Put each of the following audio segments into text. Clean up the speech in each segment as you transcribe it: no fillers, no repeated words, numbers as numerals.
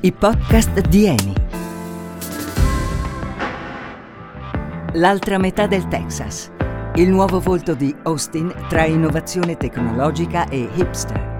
I podcast di Eni. L'altra metà del Texas. Il nuovo volto di Austin tra innovazione tecnologica e hipster.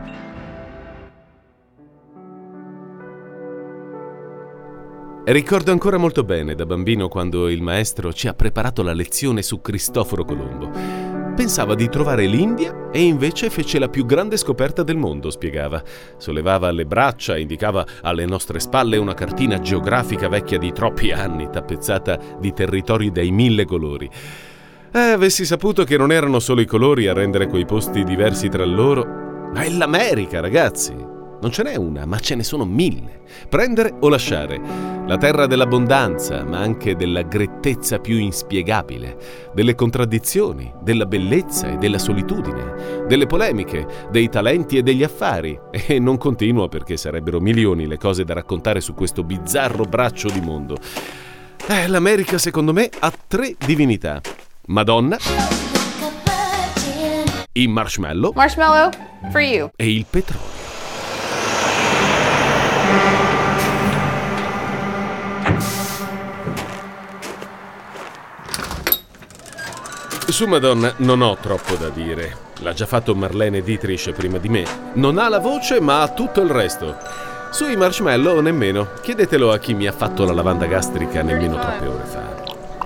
Ricordo ancora molto bene da bambino quando il maestro ci ha preparato la lezione su Cristoforo Colombo. Pensava di trovare l'India e invece fece la più grande scoperta del mondo, spiegava. Sollevava le braccia, indicava alle nostre spalle una cartina geografica vecchia di troppi anni, tappezzata di territori dai 1000 colori. Avessi saputo che non erano solo i colori a rendere quei posti diversi tra loro, ma è l'America, ragazzi! Non ce n'è una, ma ce ne sono 1000. Prendere o lasciare. La terra dell'abbondanza, ma anche della grettezza più inspiegabile, delle contraddizioni, della bellezza e della solitudine, delle polemiche, dei talenti e degli affari. E non continuo perché sarebbero milioni le cose da raccontare su questo bizzarro braccio di mondo. L'America, secondo me, ha 3 divinità. Madonna, i marshmallow for you. E il petrolio. Su Madonna non ho troppo da dire. L'ha già fatto Marlene Dietrich prima di me. Non ha la voce, ma ha tutto il resto. Sui marshmallow nemmeno. Chiedetelo a chi mi ha fatto la lavanda gastrica nemmeno troppe ore fa.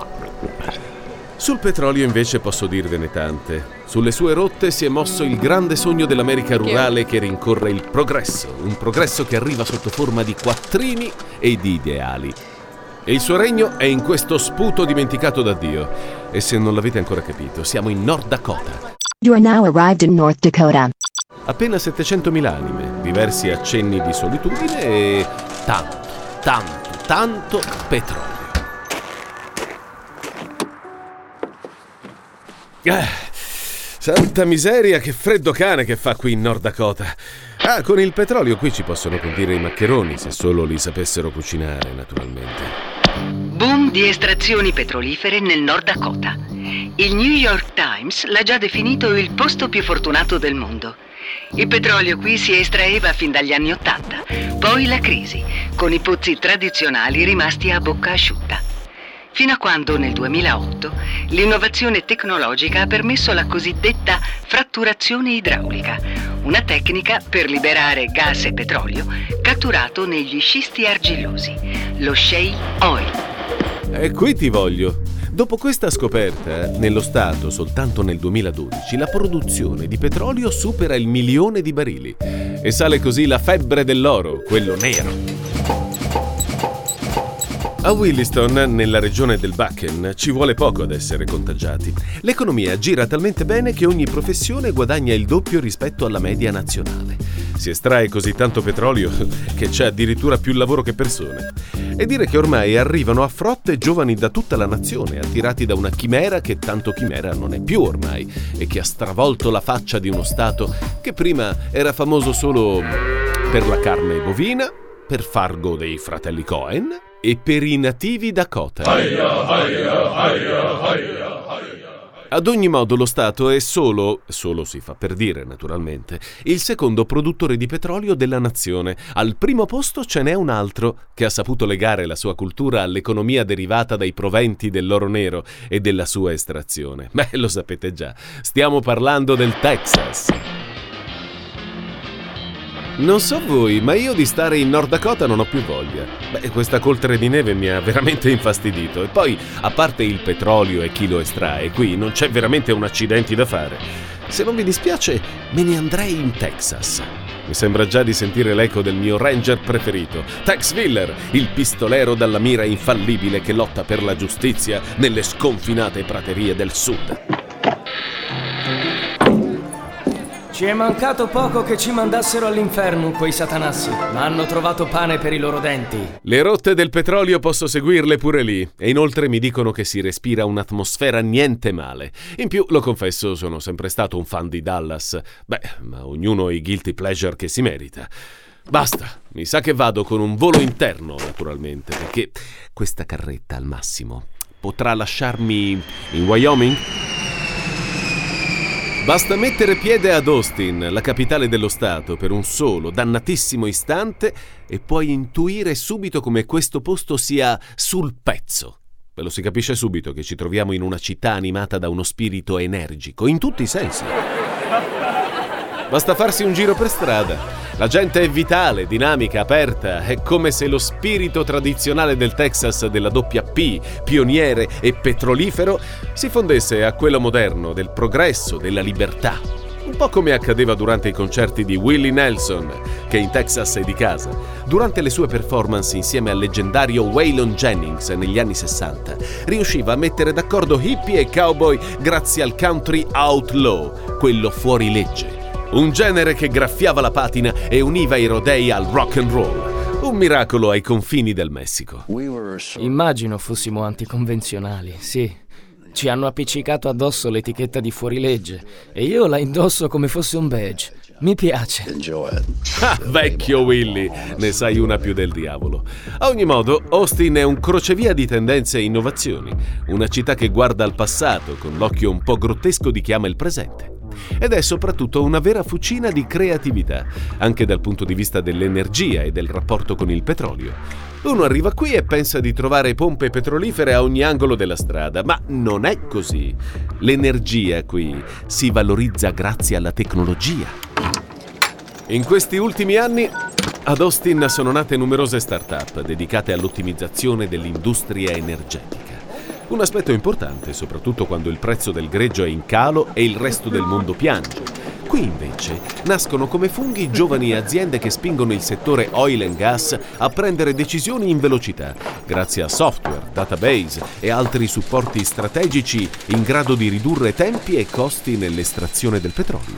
Sul petrolio invece posso dirvene tante. Sulle sue rotte si è mosso il grande sogno dell'America rurale che rincorre il progresso. Un progresso che arriva sotto forma di quattrini e di ideali. E il suo regno è in questo sputo dimenticato da Dio. E se non l'avete ancora capito, siamo in North Dakota. You are now arrived in North Dakota. Appena 700.000 anime, diversi accenni di solitudine e tanto petrolio. Santa miseria, che freddo cane che fa qui in North Dakota. Con il petrolio qui ci possono condire i maccheroni, se solo li sapessero cucinare, naturalmente. Boom di estrazioni petrolifere nel Nord Dakota. Il New York Times l'ha già definito il posto più fortunato del mondo. Il petrolio qui si estraeva fin dagli anni '80, poi la crisi, con i pozzi tradizionali rimasti a bocca asciutta. Fino a quando nel 2008 l'innovazione tecnologica ha permesso la cosiddetta fratturazione idraulica, una tecnica per liberare gas e petrolio catturato negli scisti argillosi, lo shale oil. E qui ti voglio. Dopo questa scoperta, nello Stato, soltanto nel 2012, la produzione di petrolio supera il 1 milione di barili. E sale così la febbre dell'oro, quello nero. A Williston, nella regione del Bakken, ci vuole poco ad essere contagiati. L'economia gira talmente bene che ogni professione guadagna il doppio rispetto alla media nazionale. Si estrae così tanto petrolio che c'è addirittura più lavoro che persone. E dire che ormai arrivano a frotte giovani da tutta la nazione, attirati da una chimera che tanto chimera non è più ormai e che ha stravolto la faccia di uno Stato che prima era famoso solo per la carne bovina, per Fargo dei fratelli Cohen e per i nativi Dakota. Ad ogni modo lo Stato è solo si fa per dire naturalmente, il secondo produttore di petrolio della nazione. Al primo posto ce n'è un altro che ha saputo legare la sua cultura all'economia derivata dai proventi dell'oro nero e della sua estrazione. Beh, lo sapete già, stiamo parlando del Texas. Non so voi, ma io di stare in Nord Dakota non ho più voglia. Questa coltre di neve mi ha veramente infastidito. E poi, a parte il petrolio e chi lo estrae, qui non c'è veramente un accidenti da fare. Se non vi dispiace, me ne andrei in Texas. Mi sembra già di sentire l'eco del mio ranger preferito, Tex Willer, il pistolero dalla mira infallibile che lotta per la giustizia nelle sconfinate praterie del sud. Ci è mancato poco che ci mandassero all'inferno quei satanassi, ma hanno trovato pane per i loro denti. Le rotte del petrolio posso seguirle pure lì, e inoltre mi dicono che si respira un'atmosfera niente male. In più, lo confesso, sono sempre stato un fan di Dallas. Ma ognuno ha i guilty pleasure che si merita. Basta, mi sa che vado con un volo interno, naturalmente, perché questa carretta al massimo potrà lasciarmi in Wyoming? Basta mettere piede ad Austin, la capitale dello Stato, per un solo, dannatissimo istante e puoi intuire subito come questo posto sia sul pezzo. Ve lo si capisce subito che ci troviamo in una città animata da uno spirito energico, in tutti i sensi. Basta farsi un giro per strada. La gente è vitale, dinamica, aperta. È come se lo spirito tradizionale del Texas della doppia P, pioniere e petrolifero, si fondesse a quello moderno del progresso, della libertà. Un po' come accadeva durante i concerti di Willie Nelson, che in Texas è di casa, durante le sue performance insieme al leggendario Waylon Jennings negli anni 60. Riusciva a mettere d'accordo hippie e cowboy grazie al country outlaw, quello fuori legge. Un genere che graffiava la patina e univa i rodei al rock and roll. Un miracolo ai confini del Messico. Immagino fossimo anticonvenzionali, sì. Ci hanno appiccicato addosso l'etichetta di fuorilegge e io la indosso come fosse un badge. Mi piace. Ah, vecchio Willy, ne sai una più del diavolo. A ogni modo, Austin è un crocevia di tendenze e innovazioni. Una città che guarda al passato con l'occhio un po' grottesco di chi ama il presente. Ed è soprattutto una vera fucina di creatività, anche dal punto di vista dell'energia e del rapporto con il petrolio. Uno arriva qui e pensa di trovare pompe petrolifere a ogni angolo della strada, ma non è così. L'energia qui si valorizza grazie alla tecnologia. In questi ultimi anni ad Austin sono nate numerose start-up dedicate all'ottimizzazione dell'industria energetica. Un aspetto importante, soprattutto quando il prezzo del greggio è in calo e il resto del mondo piange. Qui invece nascono come funghi giovani aziende che spingono il settore oil and gas a prendere decisioni in velocità, grazie a software, database e altri supporti strategici in grado di ridurre tempi e costi nell'estrazione del petrolio.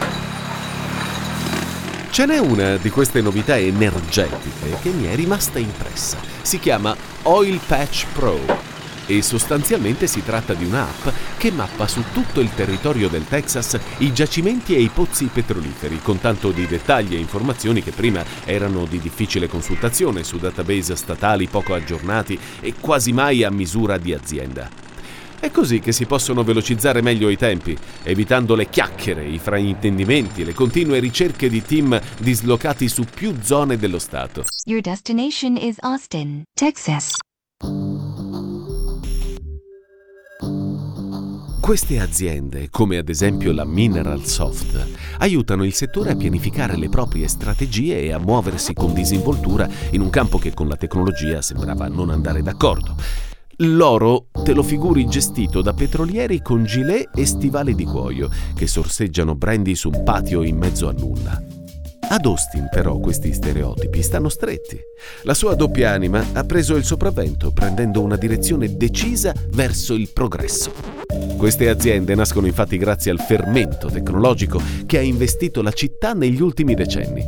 Ce n'è una di queste novità energetiche che mi è rimasta impressa. Si chiama Oil Patch Pro. E sostanzialmente si tratta di un'app che mappa su tutto il territorio del Texas i giacimenti e i pozzi petroliferi, con tanto di dettagli e informazioni che prima erano di difficile consultazione su database statali poco aggiornati e quasi mai a misura di azienda. È così che si possono velocizzare meglio i tempi, evitando le chiacchiere, i fraintendimenti, le continue ricerche di team dislocati su più zone dello Stato. Your destination is Austin, Texas. Queste aziende, come ad esempio la Mineralsoft, aiutano il settore a pianificare le proprie strategie e a muoversi con disinvoltura in un campo che con la tecnologia sembrava non andare d'accordo. L'oro te lo figuri gestito da petrolieri con gilet e stivali di cuoio che sorseggiano brandy su un patio in mezzo a nulla. Ad Austin però questi stereotipi stanno stretti. La sua doppia anima ha preso il sopravvento, prendendo una direzione decisa verso il progresso. Queste aziende nascono infatti grazie al fermento tecnologico che ha investito la città negli ultimi decenni.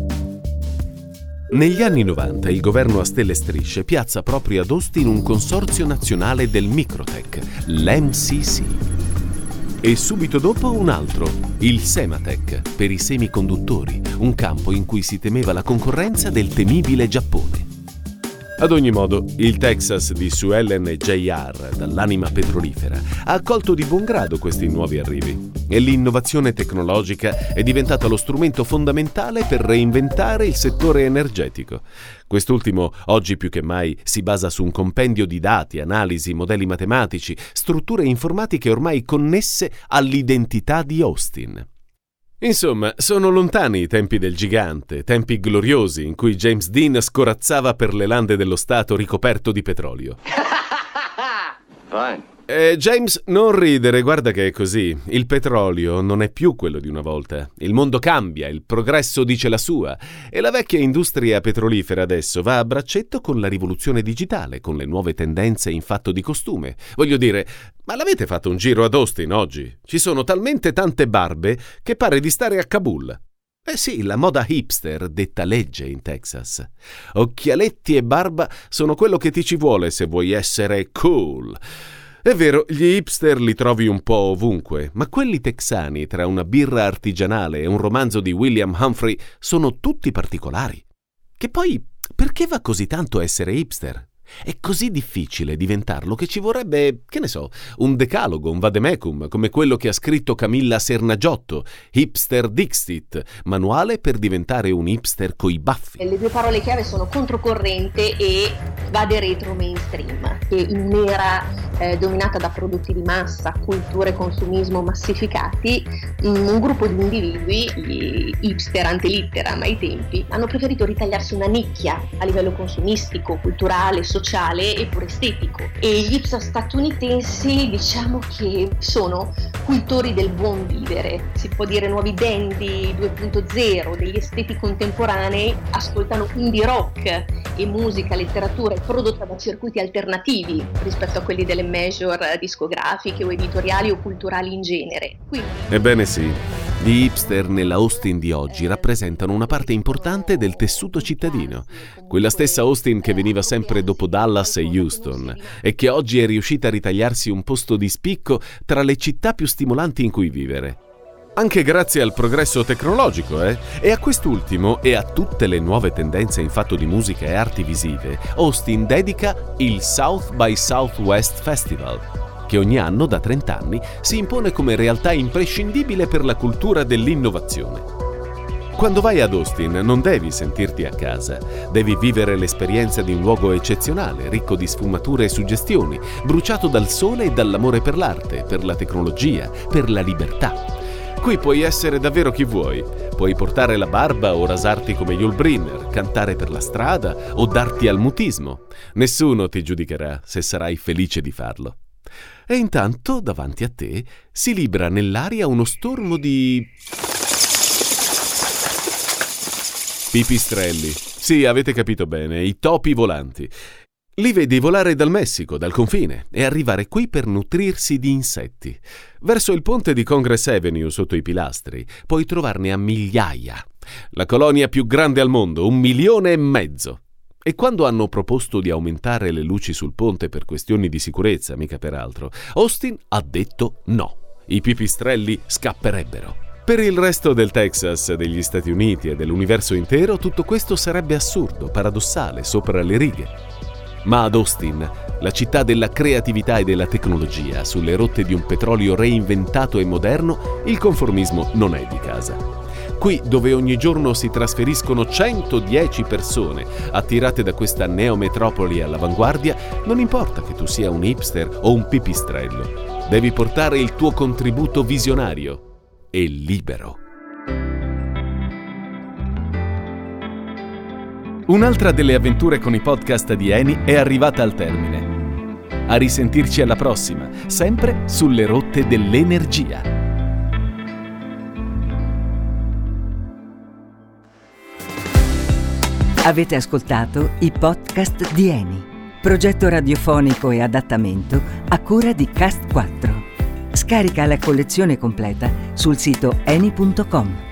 Negli anni 90 il governo a stelle e strisce piazza proprio ad Austin un consorzio nazionale del microtech, l'MCC. E subito dopo un altro, il Sematech, per i semiconduttori, un campo in cui si temeva la concorrenza del temibile Giappone. Ad ogni modo, il Texas di Sue Ellen J.R., dall'anima petrolifera, ha accolto di buon grado questi nuovi arrivi e l'innovazione tecnologica è diventata lo strumento fondamentale per reinventare il settore energetico. Quest'ultimo, oggi più che mai, si basa su un compendio di dati, analisi, modelli matematici, strutture informatiche ormai connesse all'identità di Austin. Insomma, sono lontani i tempi del gigante, tempi gloriosi in cui James Dean scorazzava per le lande dello Stato ricoperto di petrolio. Fine. James, non ridere, guarda che è così. Il petrolio non è più quello di una volta. Il mondo cambia, il progresso dice la sua e la vecchia industria petrolifera adesso va a braccetto con la rivoluzione digitale, con le nuove tendenze in fatto di costume. Voglio dire, ma l'avete fatto un giro ad Austin oggi? Ci sono talmente tante barbe che pare di stare a Kabul. Eh sì, la moda hipster detta legge in Texas. Occhialetti e barba sono quello che ti ci vuole se vuoi essere cool. È vero, gli hipster li trovi un po' ovunque, ma quelli texani, tra una birra artigianale e un romanzo di William Humphrey, sono tutti particolari. Che poi, perché va così tanto essere hipster? È così difficile diventarlo che ci vorrebbe, che ne so, un decalogo, un vademecum, come quello che ha scritto Camilla Sernagiotto, Hipster Dixit, manuale per diventare un hipster coi baffi. Le due parole chiave sono controcorrente e vade retro mainstream, che in un'era dominata da prodotti di massa, cultura e consumismo massificati, un gruppo di individui, gli hipster ante litteram ai tempi, hanno preferito ritagliarsi una nicchia a livello consumistico, culturale, sociale e pure estetico. E gli hipster statunitensi diciamo che sono cultori del buon vivere, si può dire nuovi dandy 2.0, degli esteti contemporanei, ascoltano indie rock e musica, letteratura prodotta da circuiti alternativi rispetto a quelli delle major discografiche o editoriali o culturali in genere. Quindi... Ebbene sì, gli hipster nella Austin di oggi rappresentano una parte importante del tessuto cittadino, quella stessa Austin che veniva sempre dopo Dallas e Houston e che oggi è riuscita a ritagliarsi un posto di spicco tra le città più stimolanti in cui vivere. Anche grazie al progresso tecnologico, E a quest'ultimo e a tutte le nuove tendenze in fatto di musica e arti visive, Austin dedica il South by Southwest Festival, che ogni anno da 30 anni si impone come realtà imprescindibile per la cultura dell'innovazione. Quando vai ad Austin non devi sentirti a casa, devi vivere l'esperienza di un luogo eccezionale, ricco di sfumature e suggestioni, bruciato dal sole e dall'amore per l'arte, per la tecnologia, per la libertà. Qui puoi essere davvero chi vuoi. Puoi portare la barba o rasarti come Yul Brynner, cantare per la strada o darti al mutismo. Nessuno ti giudicherà se sarai felice di farlo. E intanto, davanti a te, si libra nell'aria uno stormo di... pipistrelli. Sì, avete capito bene, i topi volanti. Li vedi volare dal Messico, dal confine, e arrivare qui per nutrirsi di insetti. Verso il ponte di Congress Avenue, sotto i pilastri, puoi trovarne a migliaia. La colonia più grande al mondo, 1,5 milioni. E quando hanno proposto di aumentare le luci sul ponte per questioni di sicurezza, mica per altro, Austin ha detto no. I pipistrelli scapperebbero. Per il resto del Texas, degli Stati Uniti e dell'universo intero, tutto questo sarebbe assurdo, paradossale, sopra le righe. Ma ad Austin, la città della creatività e della tecnologia, sulle rotte di un petrolio reinventato e moderno, il conformismo non è di casa. Qui, dove ogni giorno si trasferiscono 110 persone attirate da questa neometropoli all'avanguardia, non importa che tu sia un hipster o un pipistrello. Devi portare il tuo contributo visionario e libero. Un'altra delle avventure con i podcast di Eni è arrivata al termine. A risentirci alla prossima, sempre sulle rotte dell'energia. Avete ascoltato i podcast di Eni, progetto radiofonico e adattamento a cura di Cast 4. Scarica la collezione completa sul sito eni.com.